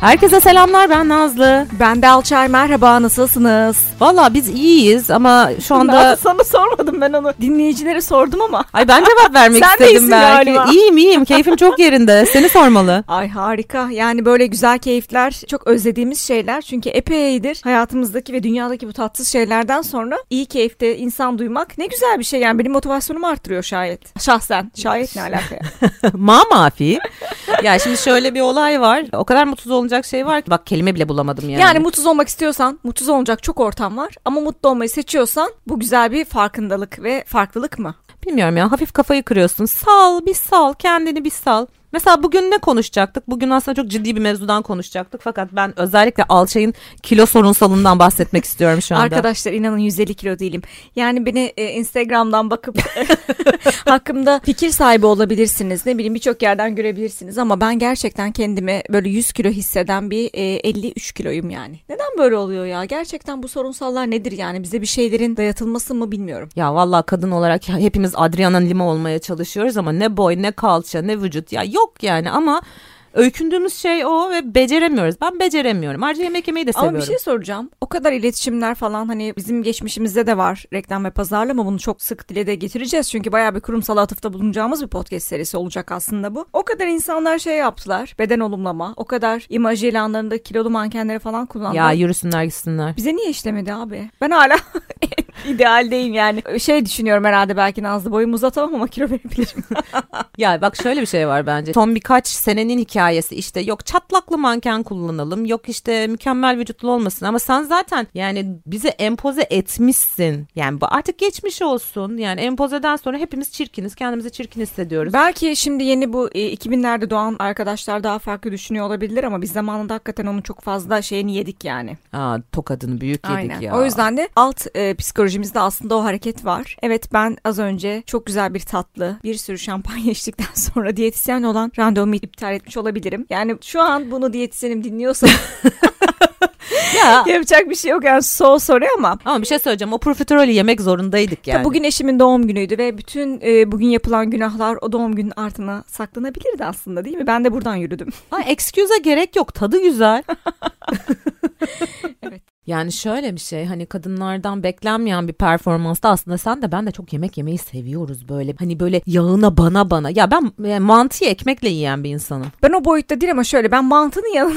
Herkese selamlar, ben Nazlı. Ben de Alçay, merhaba, nasılsınız? Valla biz iyiyiz ama şu anda... Sana sormadım, ben onu dinleyicilere sordum ama. Ay ben cevap vermek istedim belki. Galiba. İyiyim, keyfim çok yerinde. Seni sormalı. Ay harika, yani böyle güzel keyifler çok özlediğimiz şeyler. Çünkü epeydir hayatımızdaki ve dünyadaki bu tatsız şeylerden sonra iyi keyifte insan duymak ne güzel bir şey. Yani benim motivasyonumu arttırıyor şayet. Şahsen, şayet ne alaka ya? Mafi. Ya şimdi şöyle bir olay var. O kadar mutsuz olacak şey var ki. Bak kelime bile bulamadım yani. Yani mutsuz olmak istiyorsan mutsuz olacak çok ortam var. Ama mutlu olmayı seçiyorsan bu güzel bir farkındalık ve farklılık mı? Bilmiyorum ya, hafif kafayı kırıyorsun. Sal, kendini bir sal. Mesela bugün ne konuşacaktık? Bugün aslında çok ciddi bir mevzudan konuşacaktık. Fakat ben özellikle Alçay'ın kilo sorunsalından bahsetmek istiyorum şu anda. Arkadaşlar inanın 150 kilo değilim. Yani beni Instagram'dan bakıp hakkımda fikir sahibi olabilirsiniz. Ne bileyim birçok yerden görebilirsiniz. Ama ben gerçekten kendimi böyle 100 kilo hisseden bir 53 kiloyum yani. Neden böyle oluyor ya? Gerçekten bu sorunsallar nedir yani? Bize bir şeylerin dayatılması mı bilmiyorum. Ya vallahi kadın olarak hepimiz Adriana Lima olmaya çalışıyoruz ama ne boy, ne kalça, ne vücut ya yok yani, ama öykündüğümüz şey o ve beceremiyoruz. Ben beceremiyorum. Ayrıca yemek yemeyi de seviyorum. Ama bir şey soracağım. O kadar iletişimler falan hani bizim geçmişimizde de var. Reklam ve pazarlama, bunu çok sık dile de getireceğiz. Çünkü bayağı bir kurumsal atıfta bulunacağımız bir podcast serisi olacak aslında bu. O kadar insanlar şey yaptılar. Beden olumlama. O kadar imaj ilanlarında kilolu mankenleri falan kullandılar. Ya yürüsünler gitsinler. Bize niye işlemedi abi? Ben hala idealdeyim yani. Şey düşünüyorum herhalde, belki Nazlı boyumu uzatamam ama kilo verebilirim. Ya bak şöyle bir şey var bence. Son birkaç senenin hikayesi işte, yok çatlaklı manken kullanalım, yok işte mükemmel vücutlu olmasın, ama sen zaten yani bize empoze etmişsin. Yani bu artık geçmiş olsun. Yani empozeden sonra hepimiz çirkiniz, kendimizi çirkin hissediyoruz. Belki şimdi yeni bu 2000'lerde doğan arkadaşlar daha farklı düşünüyor olabilir ama biz zamanında hakikaten onun çok fazla şeyini yedik yani. Tokadını büyük yedik. Aynen. Ya. O yüzden de alt psikolojimizde aslında o hareket var. Evet, ben az önce çok güzel bir tatlı, bir sürü şampanya içtikten sonra diyetisyen olan randevumu iptal etmiş olabilirim. Yani şu an bunu diyetisyenim dinliyorsa ya yapacak bir şey yok yani, sorry ama. Ama bir şey söyleyeceğim, o profiterolü yemek zorundaydık yani. Bugün eşimin doğum günüydü ve bütün bugün yapılan günahlar o doğum günün ardına saklanabilirdi aslında, değil mi? Ben de buradan yürüdüm. Excuse'a gerek yok, tadı güzel. Evet. Yani şöyle bir şey, hani kadınlardan beklenmeyen bir performansta aslında sen de ben de çok yemek yemeyi seviyoruz böyle. Hani böyle yağına bana. Ya ben mantıyı ekmekle yiyen bir insanım. Ben o boyutta değil ama şöyle, ben mantının yanına...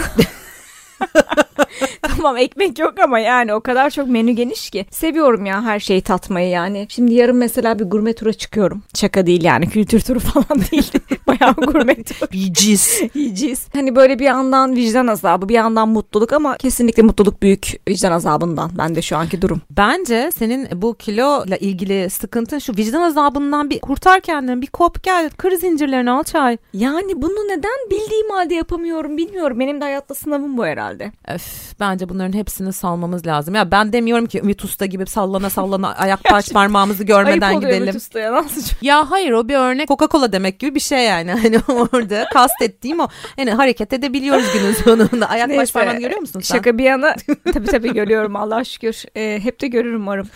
Tamam, ekmek yok ama yani o kadar çok menü geniş ki. Seviyorum ya her şeyi tatmayı yani. Şimdi yarın mesela bir gurme tura çıkıyorum. Şaka değil yani, kültür turu falan değil. Bayağı gurme tur. Yiyeceğiz. Hani böyle bir yandan vicdan azabı, bir yandan mutluluk, ama kesinlikle mutluluk büyük vicdan azabından. Ben de şu anki durum. Bence senin bu kiloyla ilgili sıkıntın şu: vicdan azabından bir kurtar kendini, bir kop gel, kır zincirlerini Alçay. Yani bunu neden bildiğim halde yapamıyorum bilmiyorum. Benim de hayatta sınavım bu herhalde. Bence bunların hepsini salmamız lazım. Ya ben demiyorum ki Ümit Usta gibi sallana ayak baş parmağımızı görmeden ayıp oluyor gidelim. Ümit Usta'ya, Nazlıcığım. Ya hayır, o bir örnek, Coca-Cola demek gibi bir şey yani. Hani orada kastettiğim o. Yani hareket edebiliyoruz günün sonunda. Ayak baş parmağını görüyor musun sen? Şaka bir yana tabii görüyorum, Allah'a şükür. Hep de görürüm umarım.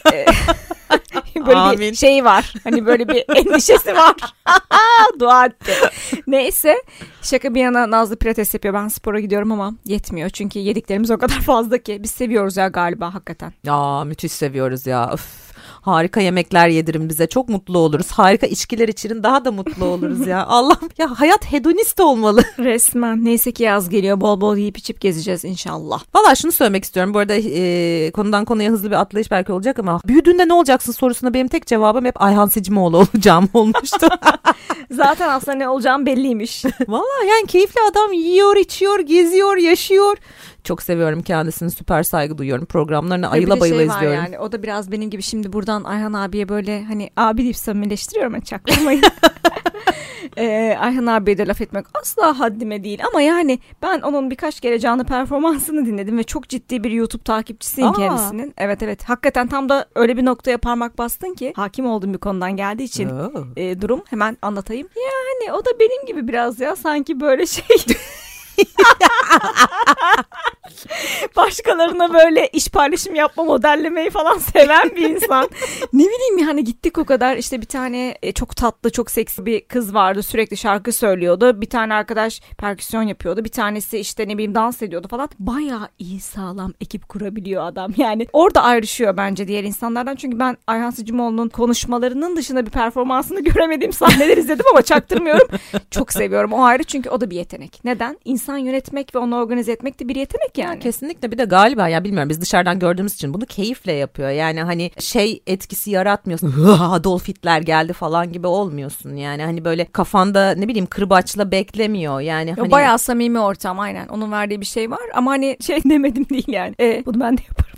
Böyle Amin. Bir şey var. Hani böyle bir endişesi var. Dua etti. Neyse, şaka bir yana, Nazlı pilates yapıyor. Ben spora gidiyorum ama yetmiyor. Çünkü yediklerimiz o kadar fazla ki. Biz seviyoruz ya galiba hakikaten. Ya müthiş seviyoruz ya. Harika yemekler yedirin bize, çok mutlu oluruz. Harika içkiler içirin, daha da mutlu oluruz ya. Allah'ım ya, hayat hedonist olmalı. Resmen. Neyse ki yaz geliyor, bol bol yiyip içip gezeceğiz inşallah. Valla şunu söylemek istiyorum. Bu arada konudan konuya hızlı bir atlayış belki olacak ama büyüdüğünde ne olacaksın sorusuna benim tek cevabım hep Ayhan Sicimoğlu olacağım olmuştu. Zaten aslında ne olacağım belliymiş. Valla yani keyifli adam, yiyor, içiyor, geziyor, yaşıyor. Çok seviyorum kendisini, süper saygı duyuyorum. Programlarını ayıla bayıla izliyorum. Yani o da biraz benim gibi. Şimdi buradan Ayhan abiye böyle hani abi deyip samimileştiriyorum, hani çaktırmayın. Ayhan abiye de laf etmek asla haddime değil ama yani ben onun birkaç kere canlı performansını dinledim ve çok ciddi bir YouTube takipçisiyim kendisinin. Evet, hakikaten tam da öyle bir noktaya parmak bastın ki hakim olduğum bir konudan geldiği için durum, hemen anlatayım. Yani o da benim gibi biraz ya, sanki böyle şey. Başkalarına böyle iş paylaşım yapma, modellemeyi falan seven bir insan. Ne bileyim yani, gittik o kadar, işte bir tane çok tatlı, çok seksi bir kız vardı, sürekli şarkı söylüyordu. Bir tane arkadaş perküsyon yapıyordu. Bir tanesi işte ne bileyim dans ediyordu falan. Bayağı iyi, sağlam ekip kurabiliyor adam. Yani orada ayrışıyor bence diğer insanlardan. Çünkü ben Ayhan Sicimoğlu'nun konuşmalarının dışında bir performansını göremediğim sahneler izledim ama çaktırmıyorum. Çok seviyorum. O ayrı, çünkü o da bir yetenek. Neden? İnsan yönetmek ve onu organize etmek de bir yetenek yani. Kesinlikle. Bir de galiba, ya bilmiyorum, biz dışarıdan gördüğümüz için bunu keyifle yapıyor. Yani hani şey etkisi yaratmıyorsun. Adolf Hitler geldi falan gibi olmuyorsun. Yani hani böyle kafanda ne bileyim kırbaçla beklemiyor. Yani hani bayağı samimi ortam, aynen. Onun verdiği bir şey var ama hani şey demedim değil yani. Bunu ben de yaparım.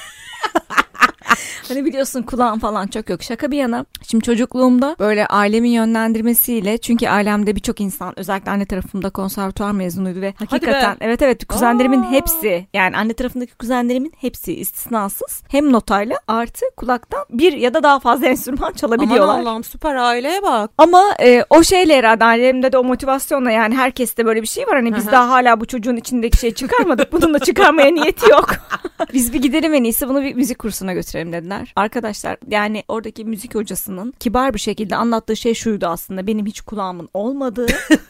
Hani biliyorsun, kulağım falan çok yok. Şaka bir yana. Şimdi çocukluğumda böyle ailemin yönlendirmesiyle, çünkü ailemde birçok insan, özellikle anne tarafımda konservatuvar mezunuydu ve hakikaten evet kuzenlerimin hepsi, yani anne tarafındaki kuzenlerimin hepsi istisnasız hem notayla artı kulaktan bir ya da daha fazla enstrüman çalabiliyorlar. Aman Allah'ım, süper, aileye bak. Ama o şeyle herhalde ailemde de o motivasyonla, yani herkeste böyle bir şey var. Hani biz daha hala bu çocuğun içindeki şeyi çıkarmadık. Bunun da çıkarmaya niyeti yok. Biz bir gidelim, en iyisi bunu bir müzik kursuna götürelim dediler. Arkadaşlar, yani oradaki müzik hocasının kibar bir şekilde anlattığı şey şuydu aslında: benim hiç kulağımın olmadığı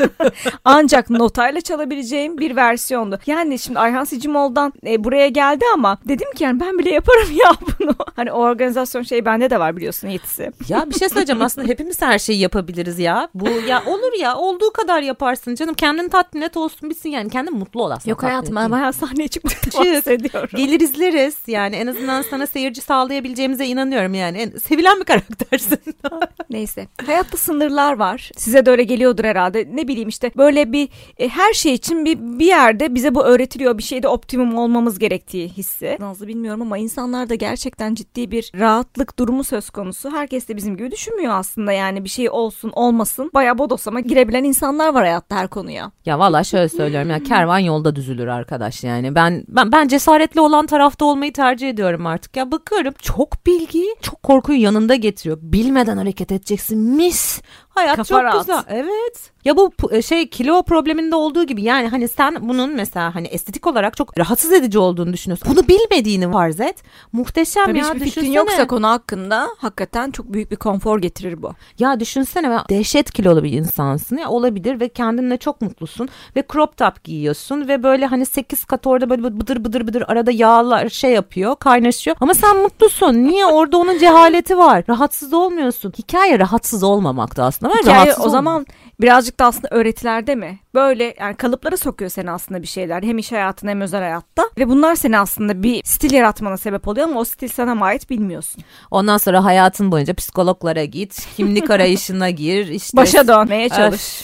ancak notayla çalabileceğim bir versiyondu. Yani şimdi Ayhan Sicimoğlu'dan buraya geldi ama dedim ki yani ben bile yaparım ya bunu. Hani o organizasyon şeyi bende de var, biliyorsun, yetisi. Ya bir şey söyleyeceğim, aslında hepimiz her şeyi yapabiliriz ya. Bu ya olur ya, olduğu kadar yaparsın canım. Kendini tatmin et, olsun bitsin yani. Kendin mutlu ol aslında. Yok hayatım, ben bayağı sahneye çıkmaktan bahsediyorum. Gelir izleriz yani, en azından sana seyirci sağlayabileceğimize inanıyorum yani. Sevilen bir karaktersin. Neyse. Hayatta sınırlar var. Size de öyle geliyordur herhalde. Ne bileyim işte böyle bir her şey için bir yerde bize bu öğretiliyor. Bir şeyde optimum olmamız gerektiği hissi. Nazlı bilmiyorum ama insanlarda gerçekten ciddi bir rahatlık durumu söz konusu. Herkes de bizim gibi düşünmüyor aslında, yani bir şey olsun olmasın. Bayağı bodoslama girebilen insanlar var hayatta her konuya. Ya vallahi şöyle söylüyorum ya, kervan yolda düzülür arkadaş yani. Ben cesaretli olan tarafta olmayı tercih ediyorum artık. Ya bakıyorum, çok bilgi çok korkuyu yanında getiriyor. Bilmeden hareket edeceksin, mis. Hayat Kafa çok rahat. güzel. Evet. Ya bu kilo probleminde olduğu gibi, yani hani sen bunun mesela hani estetik olarak çok rahatsız edici olduğunu düşünüyorsun. Bunu bilmediğini farz et. Muhteşem. Tabii ya, hiçbir fikrin düşünsene. yoksa konu hakkında hakikaten çok büyük bir konfor getirir bu. Ya düşünsene, dehşet kilolu bir insansın ya, olabilir ve kendinle çok mutlusun ve crop top giyiyorsun ve böyle hani 8 kat orada böyle bıdır bıdır arada yağlar şey yapıyor, kaynaşıyor ama sen mutlusun. Niye? Orada onun cehaleti var. Rahatsız olmuyorsun. Hikaye rahatsız olmamakta aslında. Hikaye o zaman birazcık da aslında öğretilerde mi? Böyle yani kalıplara sokuyor seni aslında bir şeyler. Hem iş hayatında hem özel hayatta. Ve bunlar seni aslında bir stil yaratmana sebep oluyor ama o stil sana mı ait bilmiyorsun. Ondan sonra hayatın boyunca psikologlara git. Kimlik arayışına gir. İşte başa dönmeye çalış.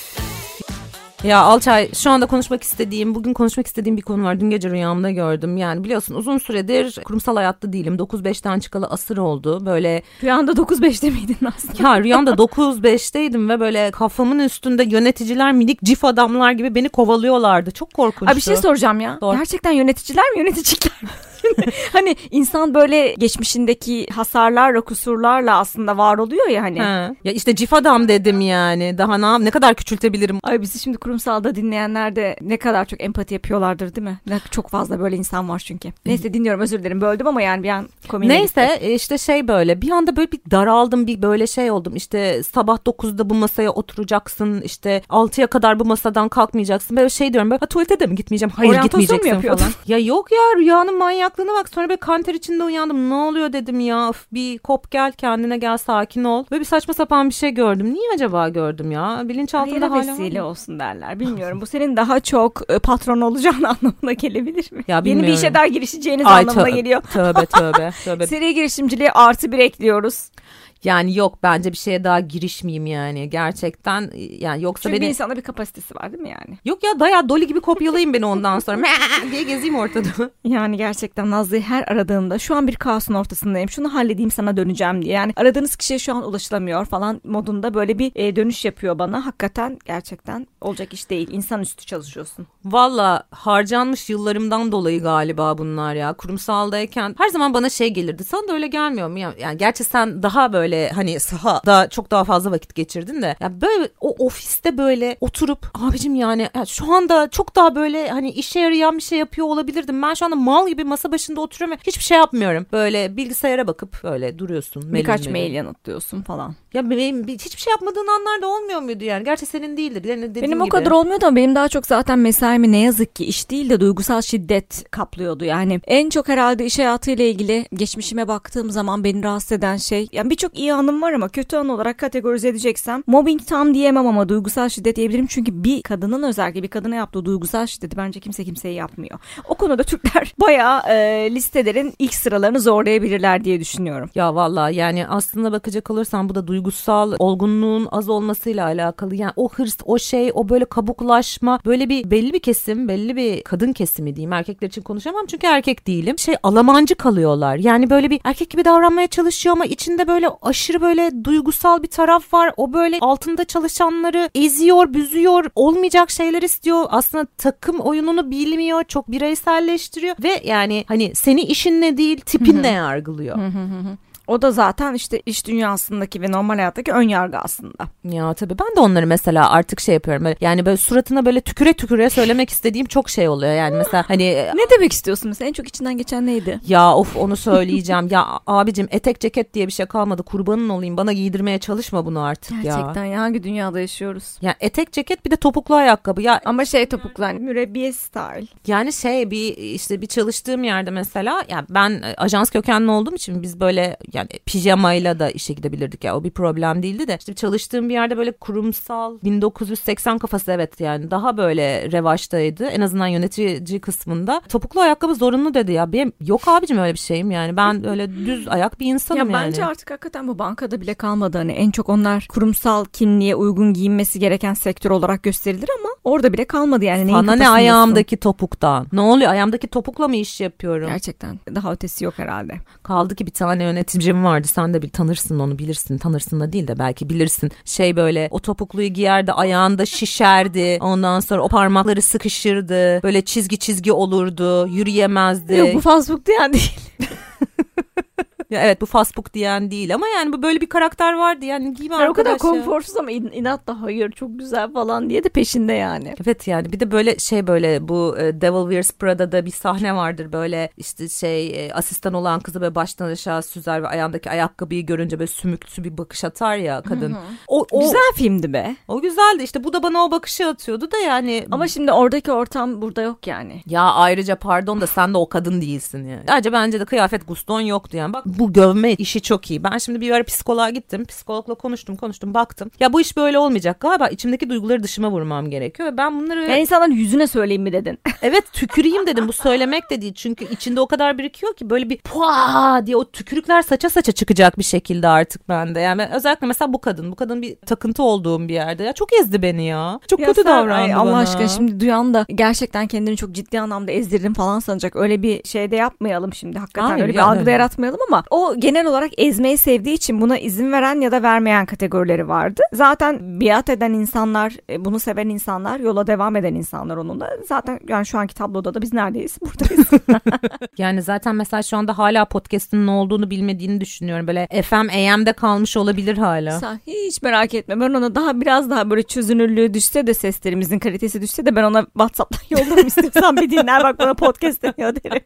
Ya Alçay, şu anda bugün konuşmak istediğim bir konu var. Dün gece rüyamda gördüm. Yani biliyorsun uzun süredir kurumsal hayatta değilim. 9-5'ten çıkalı asır oldu. Böyle rüyanda 9-5'te miydin aslında? Ya rüyamda 9-5'teydim ve böyle kafamın üstünde yöneticiler minik cif adamlar gibi beni kovalıyorlardı. Çok korkunçtu. Bir şey soracağım ya. Doğru. Gerçekten yöneticiler mi, yöneticikler mi? Hani insan böyle geçmişindeki hasarlarla, kusurlarla aslında var oluyor ya hani. Ya işte cif adam dedim yani. Daha ne kadar küçültebilirim? Ay, bizi şimdi kurumsalda dinleyenler de ne kadar çok empati yapıyorlardır değil mi? Çok fazla böyle insan var çünkü. Neyse, dinliyorum, özür dilerim, böldüm ama yani bir an komiğine Neyse işte böyle bir anda böyle bir daraldım, bir böyle şey oldum. İşte sabah 9'da bu masaya oturacaksın, işte 6'ya kadar bu masadan kalkmayacaksın. Böyle şey diyorum, böyle tuvalete de mi gitmeyeceğim? Hayır, gitmeyeceksin falan. Ya yok ya, rüyanın manyaklığına bak. Sonra böyle kanter içinde uyandım. Ne oluyor dedim ya. Bir kop, gel kendine, gel, sakin ol. Böyle bir saçma sapan bir şey gördüm. Niye acaba gördüm ya? Bilinçaltında hala vesile olsun derler. Bilmiyorum. Bu senin daha çok patron olacağın anlamına gelebilir mi? Ya yeni bir işe daha girişeceğiniz anlamına geliyor. Tövbe. Seri girişimciliğe +1 ekliyoruz. Yani yok, bence bir şeye daha girişmeyeyim yani gerçekten, yani yoksa çünkü bir insanda bir kapasitesi var değil mi yani? Yok ya, dayağı Dolly gibi kopyalayayım beni ondan sonra diye gezeyim ortada. Yani gerçekten Nazlı'yı her aradığımda şu an bir kaosun ortasındayım, şunu halledeyim sana döneceğim diye, yani aradığınız kişiye şu an ulaşılamıyor falan modunda böyle bir dönüş yapıyor bana. Hakikaten gerçekten olacak iş değil, insanüstü çalışıyorsun. Valla harcanmış yıllarımdan dolayı galiba bunlar ya. Kurumsaldayken her zaman bana şey gelirdi, sana da öyle gelmiyor mu? Yani gerçi sen daha böyle böyle hani sahada çok daha fazla vakit geçirdin de ya böyle o ofiste böyle oturup abicim yani şu anda çok daha böyle hani işe yarayan bir şey yapıyor olabilirdim. Ben şu anda mal gibi masa başında oturuyorum ve hiçbir şey yapmıyorum. Böyle bilgisayara bakıp böyle duruyorsun. Birkaç mail yanıtlıyorsun falan. Ya benim hiçbir şey yapmadığın anlar da olmuyor muydu yani? Gerçi senin değildir. Benim o kadar olmuyordu ama benim daha çok zaten mesaimi ne yazık ki iş değil de duygusal şiddet kaplıyordu. Yani en çok herhalde iş hayatıyla ilgili geçmişime baktığım zaman beni rahatsız eden şey, yani birçok iyi anım var ama kötü an olarak kategorize edeceksem mobbing tam diyemem ama duygusal şiddet diyebilirim. Çünkü bir kadının, özellikle bir kadına yaptığı duygusal şiddeti bence kimse kimseye yapmıyor. O konuda Türkler bayağı listelerin ilk sıralarını zorlayabilirler diye düşünüyorum. Ya vallahi yani aslında bakacak olursan bu da duygusal olgunluğun az olmasıyla alakalı. Yani o hırs, o şey, o böyle kabuklaşma, böyle bir belli bir kesim, belli bir kadın kesimi diyeyim. Erkekler için konuşamam çünkü erkek değilim. Alamancı kalıyorlar. Yani böyle bir erkek gibi davranmaya çalışıyor ama içinde böyle aşırı böyle duygusal bir taraf var. O böyle altında çalışanları eziyor, büzüyor, olmayacak şeyler istiyor. Aslında takım oyununu bilmiyor, çok bireyselleştiriyor ve yani hani seni işinle değil tipinle yargılıyor. O da zaten işte iş dünyasındaki ve normal hayattaki ön yargı aslında. Ya tabii ben de onları mesela artık şey yapıyorum. Böyle, yani böyle suratına böyle tüküre tüküre söylemek istediğim çok şey oluyor. Yani mesela hani... Ne demek istiyorsun mesela? En çok içinden geçen neydi? Ya of onu söyleyeceğim. Ya abicim etek ceket diye bir şey kalmadı. Kurbanın olayım. Bana giydirmeye çalışma bunu artık. Gerçekten ya hangi dünyada yaşıyoruz? Ya etek ceket bir de topuklu ayakkabı. Ya ama topuklu hani mürebbiye style. Yani bir çalıştığım yerde mesela ya ben ajans kökenli olduğum için biz böyle yani pijamayla da işe gidebilirdik ya, o bir problem değildi de işte çalıştığım bir yerde böyle kurumsal 1980 kafası, evet yani daha böyle revaçtaydı en azından yönetici kısmında. Topuklu ayakkabı zorunlu dedi ya, benim yok abicim öyle bir şeyim yani, ben öyle düz ayak bir insanım ya yani. Bence artık hakikaten bu bankada bile kalmadı, hani en çok onlar kurumsal kimliğe uygun giyinmesi gereken sektör olarak gösterilir ama orada bile kalmadı yani. Sana ne ayağımdaki topuktan, ne oluyor ayağımdaki topukla mı iş yapıyorum? Gerçekten daha ötesi yok herhalde. Kaldı ki bir tane yöneticim vardı, sen de tanırsın onu, bilirsin, tanırsın da değil de belki bilirsin, böyle o topukluyu giyerdi, ayağında şişerdi, ondan sonra o parmakları sıkışırdı, böyle çizgi olurdu, yürüyemezdi. Yok bu fast food diyen değil. Ya evet, bu fast food diyen değil ama yani bu böyle bir karakter vardı yani, giyme arkadaş. O kadar konforsuz ama inatla hayır çok güzel falan diye de peşinde yani. Evet yani bir de böyle böyle bu Devil Wears Prada'da bir sahne vardır, böyle işte asistan olan kızı böyle baştan aşağı süzer ve ayağındaki ayakkabıyı görünce böyle sümüksü bir bakış atar ya kadın. Hı-hı. O güzel filmdi be. O güzeldi işte, bu da bana o bakışı atıyordu da yani. Ama şimdi oradaki ortam burada yok yani. Ya ayrıca pardon da sen de o kadın değilsin yani. Ayrıca bence de kıyafet guston yoktu yani. Bak bu gövme işi çok iyi. Ben şimdi bir ara psikoloğa gittim. Psikologla konuştum baktım. Ya bu iş böyle olmayacak galiba. İçimdeki duyguları dışıma vurmam gerekiyor. Ve ben bunları... Ya insanların yüzüne söyleyeyim mi dedin? Evet, tüküreyim dedim. Bu söylemek de değil. Çünkü içinde o kadar birikiyor ki böyle bir puaa diye o tükürükler saça çıkacak bir şekilde artık bende. Yani özellikle mesela bu kadın bir takıntı olduğum bir yerde. Ya çok ezdi beni ya. Çok kötü davrandı bana. Allah aşkına şimdi duyan da gerçekten kendini çok ciddi anlamda ezdirdim falan sanacak. Öyle bir şey de yapmayalım şimdi. Hakikaten hayır, öyle bir algıda yaratmayalım ama o genel olarak ezmeyi sevdiği için buna izin veren ya da vermeyen kategorileri vardı. Zaten biat eden insanlar, bunu seven insanlar, yola devam eden insanlar onunla. Zaten yani şu anki tabloda da biz neredeyiz? Buradayız. Yani zaten mesela şu anda hala podcast'ın ne olduğunu bilmediğini düşünüyorum. Böyle FM, AM'de kalmış olabilir hala. Sen hiç merak etme. Ben ona biraz daha böyle çözünürlüğü düşse de, seslerimizin kalitesi düşse de ben ona WhatsApp'tan yollarım, istiyorsan bir dinler bak bana podcast deniyor derim.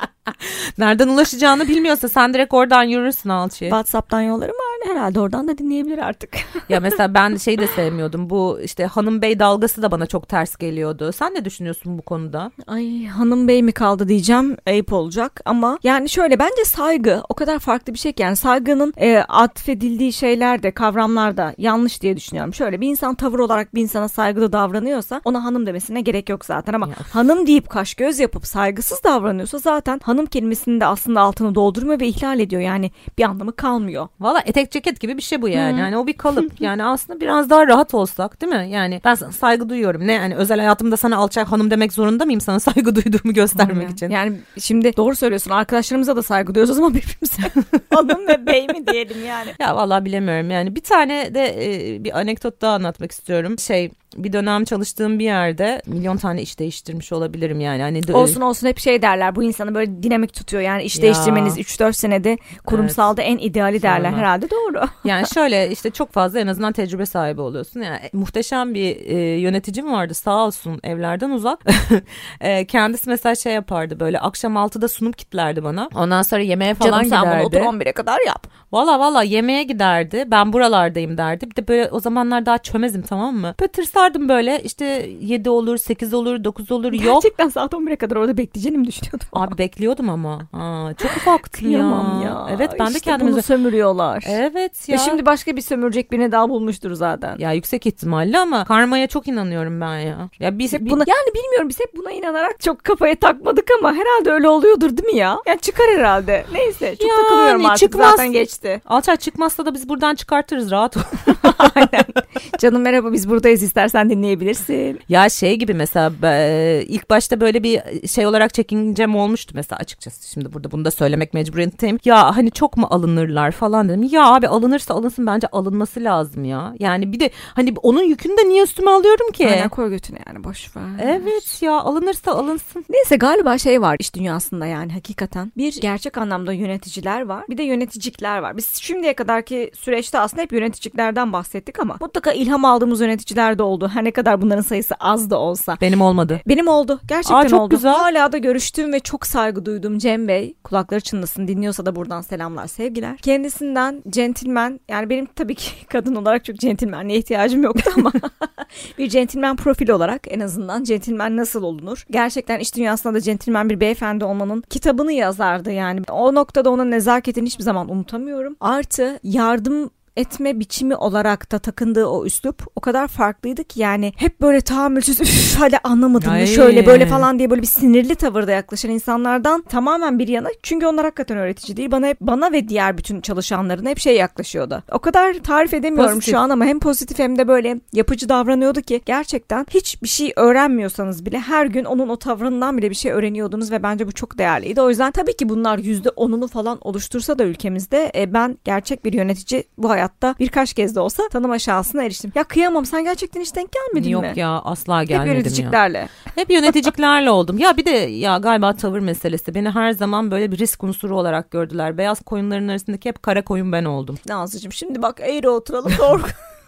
Nereden ulaşacağını bilmiyorsa sen direkt oradan yürürsün alçıya. WhatsApp'tan yollarım var, herhalde oradan da dinleyebilir artık. Ya mesela ben de sevmiyordum. Bu işte hanım bey dalgası da bana çok ters geliyordu. Sen ne düşünüyorsun bu konuda? Ay hanım bey mi kaldı diyeceğim, ayıp olacak ama yani şöyle, bence saygı o kadar farklı bir şey ki, yani saygının atfedildiği şeyler de, kavramlar da yanlış diye düşünüyorum. Şöyle bir insan tavır olarak bir insana saygılı davranıyorsa ona hanım demesine gerek yok zaten ama hanım deyip kaş göz yapıp saygısız davranıyorsa zaten hanım kelimesinin de aslında altını doldurmuyor ve ihlal ediyor. Yani bir anlamı kalmıyor. Valla etek ceket gibi bir şey bu yani. Yani o bir kalıp. Yani aslında biraz daha rahat olsak değil mi? Yani ben sana saygı duyuyorum. Ne yani özel hayatımda sana alçak hanım demek zorunda mıyım sana saygı duyduğumu göstermek için? Yani şimdi doğru söylüyorsun. Arkadaşlarımıza da saygı duyuyoruz o zaman birbirimize hanım ve bey mi diyelim yani. Ya valla bilemiyorum yani. Bir tane de bir anekdot daha anlatmak istiyorum. Bir dönem çalıştığım bir yerde milyon tane iş değiştirmiş olabilirim yani. Hani olsun hep derler, bu insanı böyle dinamik tutuyor yani iş değiştirmeniz 3-4 senede kurumsalda en ideali derler, herhalde de doğru. Yani şöyle işte çok fazla en azından tecrübe sahibi oluyorsun. Yani muhteşem bir yöneticim vardı sağ olsun, evlerden uzak. Kendisi mesela şey yapardı, böyle akşam 6'da sunum kitlerdi bana. Ondan sonra yemeğe falan Canım giderdi. sen bunu otur 11'e kadar yap. Valla yemeğe giderdi. Ben buralardayım derdi. Bir de böyle o zamanlar daha çömezim, tamam mı? Böyle tırsardım böyle, işte 7 olur, 8 olur, 9 olur. Yok. Gerçekten saat 11'e kadar orada bekleyeceğini mi düşünüyordum? Abi bekliyordum ama. Çok ufaktım ya. Evet, ben de işte kendimi... bunu sömürüyorlar. Evet ya. Ve şimdi başka bir sömürecek birini daha bulmuştur zaten. Ya yüksek ihtimalle ama karmaya çok inanıyorum ben ya. Ya biz buna, yani bilmiyorum, biz hep buna inanarak çok kafaya takmadık ama herhalde öyle oluyordur değil mi ya? Yani çıkar herhalde. Neyse, çok takılıyorum artık, çıkmaz. Zaten geçti. Alçak çıkmazsa da biz buradan çıkartırız, rahat ol. Aynen. Canım merhaba, biz buradayız, istersen dinleyebilirsin. Ya şey gibi mesela ilk başta böyle bir şey olarak çekincem olmuştu mesela, açıkçası. Şimdi burada bunu da söylemek mecburiyetindeyim. Ya hani çok mu alınırlar falan dedim. Ya abi alınırsa alınsın, bence alınması lazım ya. Yani bir de hani onun yükünü de niye üstüme alıyorum ki? Aynen, koy götüne yani, boş ver. Evet ya, alınırsa alınsın. Neyse, galiba şey var iş dünyasında, yani hakikaten bir gerçek anlamda yöneticiler var, bir de yöneticikler var. Biz şimdiye kadarki süreçte aslında hep yöneticiklerden bahsettik ama mutlaka ilham aldığımız yöneticiler de oldu. Her ne kadar bunların sayısı az da olsa. Benim olmadı. Benim oldu. Gerçekten çok oldu. Güzel. Hala da görüştüğüm ve çok saygı duyduğum Cem Bey, kulakları çınlasın, dinliyorsa da buradan selamlar, sevgiler. Kendisinden centilmen, yani benim tabii ki kadın olarak çok centilmenliğe ihtiyacım yoktu ama bir centilmen profil olarak en azından centilmen nasıl olunur? Gerçekten iş dünyasında da centilmen bir beyefendi olmanın kitabını yazardı yani. O noktada onun nezaketini hiçbir zaman unutamıyorum. Artı yardım etme biçimi olarak da takındığı o üslup o kadar farklıydı ki, yani hep böyle tahammülsüz, hala anlamadım mı şöyle böyle falan diye böyle bir sinirli tavırda yaklaşan insanlardan tamamen bir yana, çünkü onlar hakikaten öğretici değil, bana ve diğer bütün çalışanlarına hep şey yaklaşıyordu. O kadar tarif edemiyorum pozitif şu an ama hem pozitif hem de böyle yapıcı davranıyordu ki gerçekten hiçbir şey öğrenmiyorsanız bile her gün onun o tavrından bile bir şey öğreniyordunuz ve bence bu çok değerliydi. O yüzden tabii ki bunlar %10'unu falan oluştursa da ülkemizde ben gerçek bir yönetici bu hayatta birkaç kez de olsa tanıma şansına eriştim. Ya kıyamam, sen gerçekten hiç denk gelmedin Yok mi? Yok ya, asla gelmedim ya. Hep yöneticiklerle. Ya. Hep yöneticiklerle oldum. Ya bir de ya galiba tavır meselesi. Beni her zaman böyle bir risk unsuru olarak gördüler. Beyaz koyunların arasındaki hep kara koyun ben oldum. Nazlıcığım, şimdi bak eğri oturalım doğru.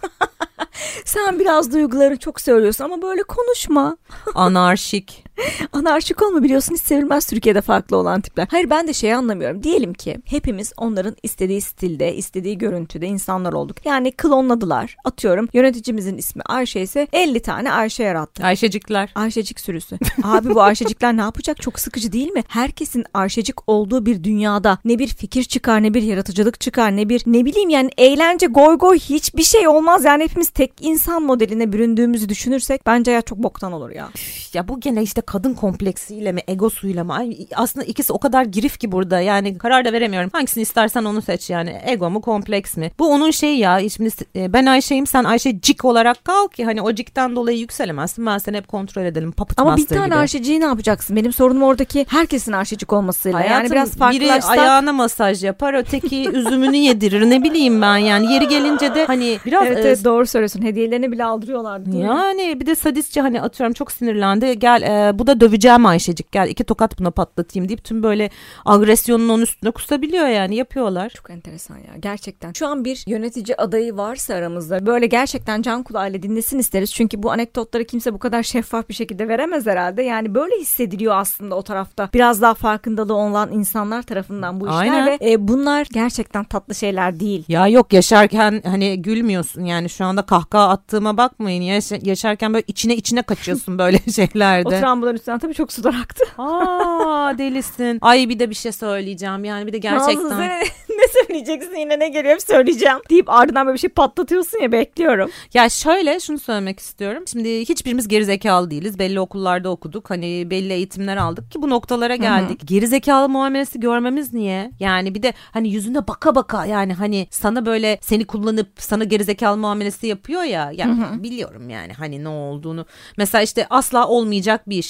Sen biraz duygularını çok söylüyorsun ama böyle konuşma. Anarşik. Anarşik olma, biliyorsun hiç sevilmez Türkiye'de farklı olan tipler. Hayır, ben de şeyi anlamıyorum. Diyelim ki hepimiz onların istediği stilde, istediği görüntüde insanlar olduk. Yani klonladılar. Atıyorum yöneticimizin ismi Ayşe ise 50 tane Ayşe yarattı. Ayşecikler. Ayşecik sürüsü. Abi bu Ayşecikler ne yapacak? Çok sıkıcı değil mi? Herkesin Ayşecik olduğu bir dünyada ne bir fikir çıkar, ne bir yaratıcılık çıkar, ne bir ne bileyim yani eğlence, goy goy, hiçbir şey olmaz. Yani hepimiz tek insan modeline büründüğümüzü düşünürsek bence hayat çok boktan olur ya. Ya bu gene işte kadın kompleksiyle mi, egosuyla mı? Aslında ikisi o kadar girif ki burada. Yani karar da veremiyorum. Hangisini istersen onu seç yani. Ego mu, kompleks mi? Bu onun şeyi ya. Şimdi ben Ayşe'yim, sen Ayşecik olarak kal ki hani o cikten dolayı yükselemezsin. Ben seni hep kontrol edelim. Puppet ama master bir tane gibi. Ayşeciği ne yapacaksın? Benim sorunum oradaki herkesin Ayşecik olmasıyla. Hayatım, yani biraz farklılaşsak. Biri ayağına masaj yapar, öteki üzümünü yedirir. Ne bileyim ben yani. Yeri gelince de hani biraz... Evet, doğru söylüyorsun. Hediyelerini bile aldırıyorlar. Yani bir de sadistçe, hani atıyorum çok sinirlendi. Gel bu da döveceğim Ayşecik, gel 2 tokat buna patlatayım deyip tüm böyle agresyonun onun üstüne kusabiliyor yani, yapıyorlar. Çok enteresan ya gerçekten. Şu an bir yönetici adayı varsa aramızda böyle gerçekten can kulağıyla dinlesin isteriz. Çünkü bu anekdotları kimse bu kadar şeffaf bir şekilde veremez herhalde. Yani böyle hissediliyor aslında o tarafta. Biraz daha farkındalığı olan insanlar tarafından bu işler. Aynen. Ve bunlar gerçekten tatlı şeyler değil. Ya yok, yaşarken hani gülmüyorsun yani, şu anda kahkaha attığıma bakmayın. Yaşarken böyle içine kaçıyorsun böyle şeylerde. O travmaların üstünden tabii çok sular aktı. Aa, delisin. Ay bir de bir şey söyleyeceğim yani, bir de gerçekten. Nazlı, ne söyleyeceksin, yine ne geliyor hep söyleyeceğim deyip ardından böyle bir şey patlatıyorsun ya, bekliyorum. Ya şöyle, şunu söylemek istiyorum. Şimdi hiçbirimiz gerizekalı değiliz. Belli okullarda okuduk. Hani belli eğitimler aldık ki bu noktalara geldik. Gerizekalı muamelesi görmemiz niye? Yani bir de hani yüzüne baka baka, yani hani sana böyle seni kullanıp sana gerizekalı muamelesi yapıyor ya. Ya biliyorum yani hani ne olduğunu. Mesela işte asla olmayacak bir iş.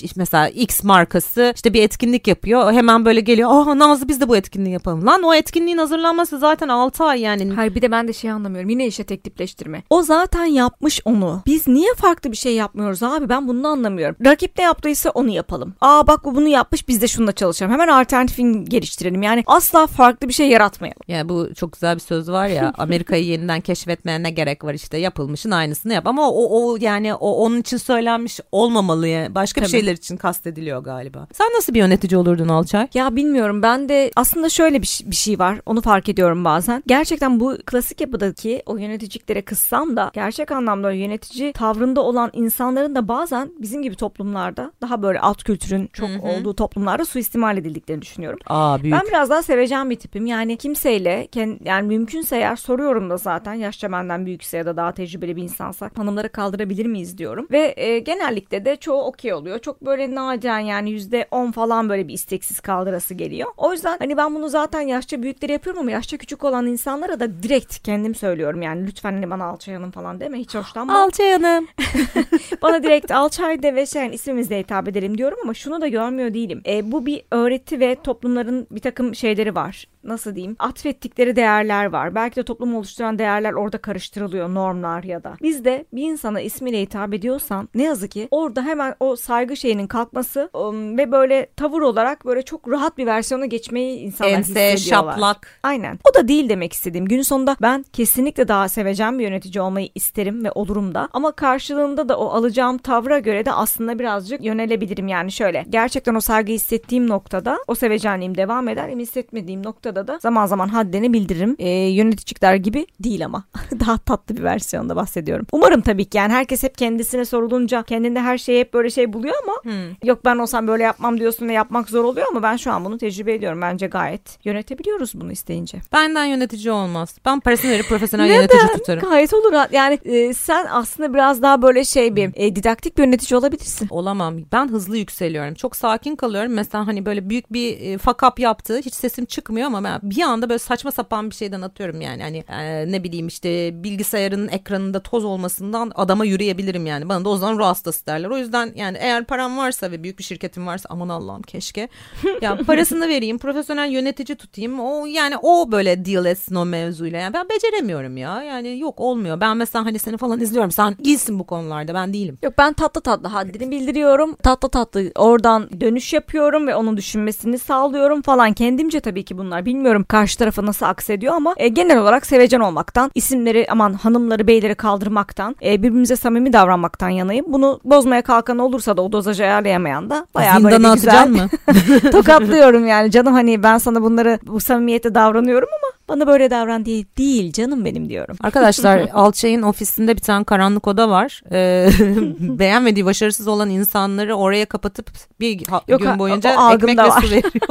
mesela X markası işte bir etkinlik yapıyor. Hemen böyle geliyor. Nazlı biz de bu etkinliği yapalım. Lan o etkinliğin hazırlanması zaten 6 ay yani. Hayır bir de ben de şey anlamıyorum. Yine işe tek tipleştirme. O zaten yapmış onu. Biz niye farklı bir şey yapmıyoruz abi? Ben bunu anlamıyorum. Rakip ne yaptıysa onu yapalım. Bak bu bunu yapmış, biz de şununla çalışalım. Hemen alternatifini geliştirelim. Yani asla farklı bir şey yaratmayalım. Yani bu çok güzel bir söz var ya. Amerika'yı yeniden keşfetmeye ne gerek var, işte yapılmışın aynısını yap. Ama o yani onun için söylenmiş olmamalı yani. Başka bir şeyler için kastediliyor galiba. Sen nasıl bir yönetici olurdun Alçay? Ya bilmiyorum, ben de aslında şöyle bir şey var. Onu fark ediyorum bazen. Gerçekten bu klasik yapıdaki o yöneticiklere kızsam da gerçek anlamda yönetici tavrında olan insanların da bazen bizim gibi toplumlarda, daha böyle alt kültürün çok olduğu toplumlarda suistimal edildiklerini düşünüyorum. Büyük. Ben biraz daha sevecen bir tipim. Yani kimseyle yani mümkünse eğer soruyorum da zaten yaşça benden büyükse ya da daha tecrübeli bir insansa hanımları kaldırabilir miyiz diyorum. Ve genellikle de çoğu okey oluyor. Çok böyle nadiren yani %10 falan böyle bir isteksiz kaldırası geliyor. O yüzden hani ben bunu zaten yaşça büyükleri yapıyorum ama yaşça küçük olan insanlara da direkt kendim söylüyorum. Yani lütfen hani bana Alçay Hanım falan deme, hiç hoşlanmam. Alçay Hanım. Bana direkt Alçay de ve yani ismimizle hitap edelim diyorum ama şunu da görmüyor değilim. Bu bir öğreti ve toplumların bir takım şeyleri var. Nasıl diyeyim? Atfettikleri değerler var. Belki de toplumu oluşturan değerler orada karıştırılıyor, normlar ya da. Biz de bir insana ismiyle hitap ediyorsan ne yazık ki orada hemen o saygı şeyinin kalkması ve böyle tavır olarak böyle çok rahat bir versiyona geçmeyi insanlar hissediyorlar. Ense, şaplak. Aynen. O da değil demek istediğim. Günün sonunda ben kesinlikle daha sevecen bir yönetici olmayı isterim ve olurum da. Ama karşılığında da o alacağım tavra göre de aslında birazcık yönelebilirim. Yani şöyle, gerçekten o saygı hissettiğim noktada o sevecenliğim devam eder. Hissetmediğim noktada da zaman zaman haddini bildiririm. Yöneticiler gibi değil ama. Daha tatlı bir versiyonda bahsediyorum. Umarım tabii ki, yani herkes hep kendisine sorulunca kendinde her şeyi hep böyle şey buluyor ama yok ben olsam böyle yapmam diyorsun ve yapmak zor oluyor ama ben şu an bunu tecrübe ediyorum. Bence gayet yönetebiliyoruz bunu isteyince. Benden yönetici olmaz. Ben parasını verip profesyonel yönetici tutarım. Gayet olur. Yani sen aslında biraz daha böyle didaktik bir yönetici olabilirsin. Olamam. Ben hızlı yükseliyorum. Çok sakin kalıyorum. Mesela hani böyle büyük bir fuck up yaptı. Hiç sesim çıkmıyor ama ben bir anda böyle saçma sapan bir şeyden atıyorum yani. Hani ne bileyim işte bilgisayarın ekranında toz olmasından adama yürüyebilirim yani. Bana da o zaman ruh hastası derler. O yüzden yani eğer param varsa ve büyük bir şirketim varsa, aman Allah'ım keşke. Ya parasını vereyim, profesyonel yönetici tutayım. O böyle deal etsin o mevzuyla. Yani ben beceremiyorum ya. Yani yok, olmuyor. Ben mesela hani seni falan izliyorum. Sen iyisin bu konularda. Ben değilim. Yok, ben tatlı haddini bildiriyorum. Tatlı oradan dönüş yapıyorum ve onun düşünmesini sağlıyorum falan. Kendimce tabii ki bunlar. Bilmiyorum karşı tarafa nasıl aksediyor ama genel olarak sevecen olmaktan, isimleri hanımları beyleri kaldırmaktan, birbirimize samimi davranmaktan yanayım. Bunu bozmaya kalkan olursa da o dozajı ayarlayamayan da bayağı böyle bir güzel mı? Tokatlıyorum yani. Canım hani ben sana bu samimiyette davranıyorum ama bana böyle davran diye değil canım benim diyorum. Arkadaşlar Alçay'ın ofisinde bir tane karanlık oda var. Beğenmediği, başarısız olan insanları oraya kapatıp bir gün boyunca ekmekle su veriyor.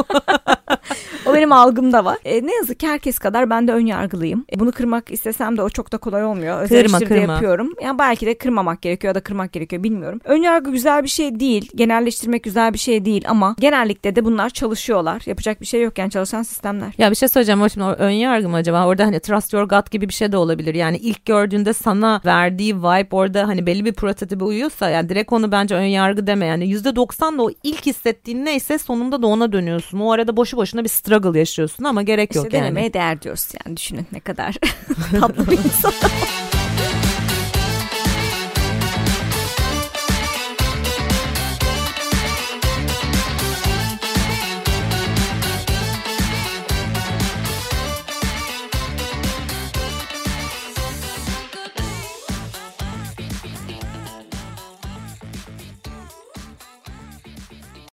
O benim algımda var. Ne yazık ki herkes kadar ben de ön yargılıyım. Bunu kırmak istesem de o çok da kolay olmuyor. Özel işleri yapıyorum. Yani belki de kırmamak gerekiyor ya da kırmak gerekiyor, bilmiyorum. Ön yargı güzel bir şey değil. Genelleştirmek güzel bir şey değil ama genellikle de bunlar çalışıyorlar. Yapacak bir şey yok yani, çalışan sistemler. Ya bir şey söyleyeceğim. O şimdi ön yargı mı acaba? Orada hani trust your gut gibi bir şey de olabilir. Yani ilk gördüğünde sana verdiği vibe orada hani belli bir prototipe uyuyorsa yani direkt onu bence ön yargı deme. Yani %90 da o ilk hissettiğin neyse sonunda da ona dönüyorsun. O arada boşu boşuna bir struggle yaşıyorsun ama gerek yok yani. Denemeye değer diyoruz yani, düşünün ne kadar tatlı bir insan.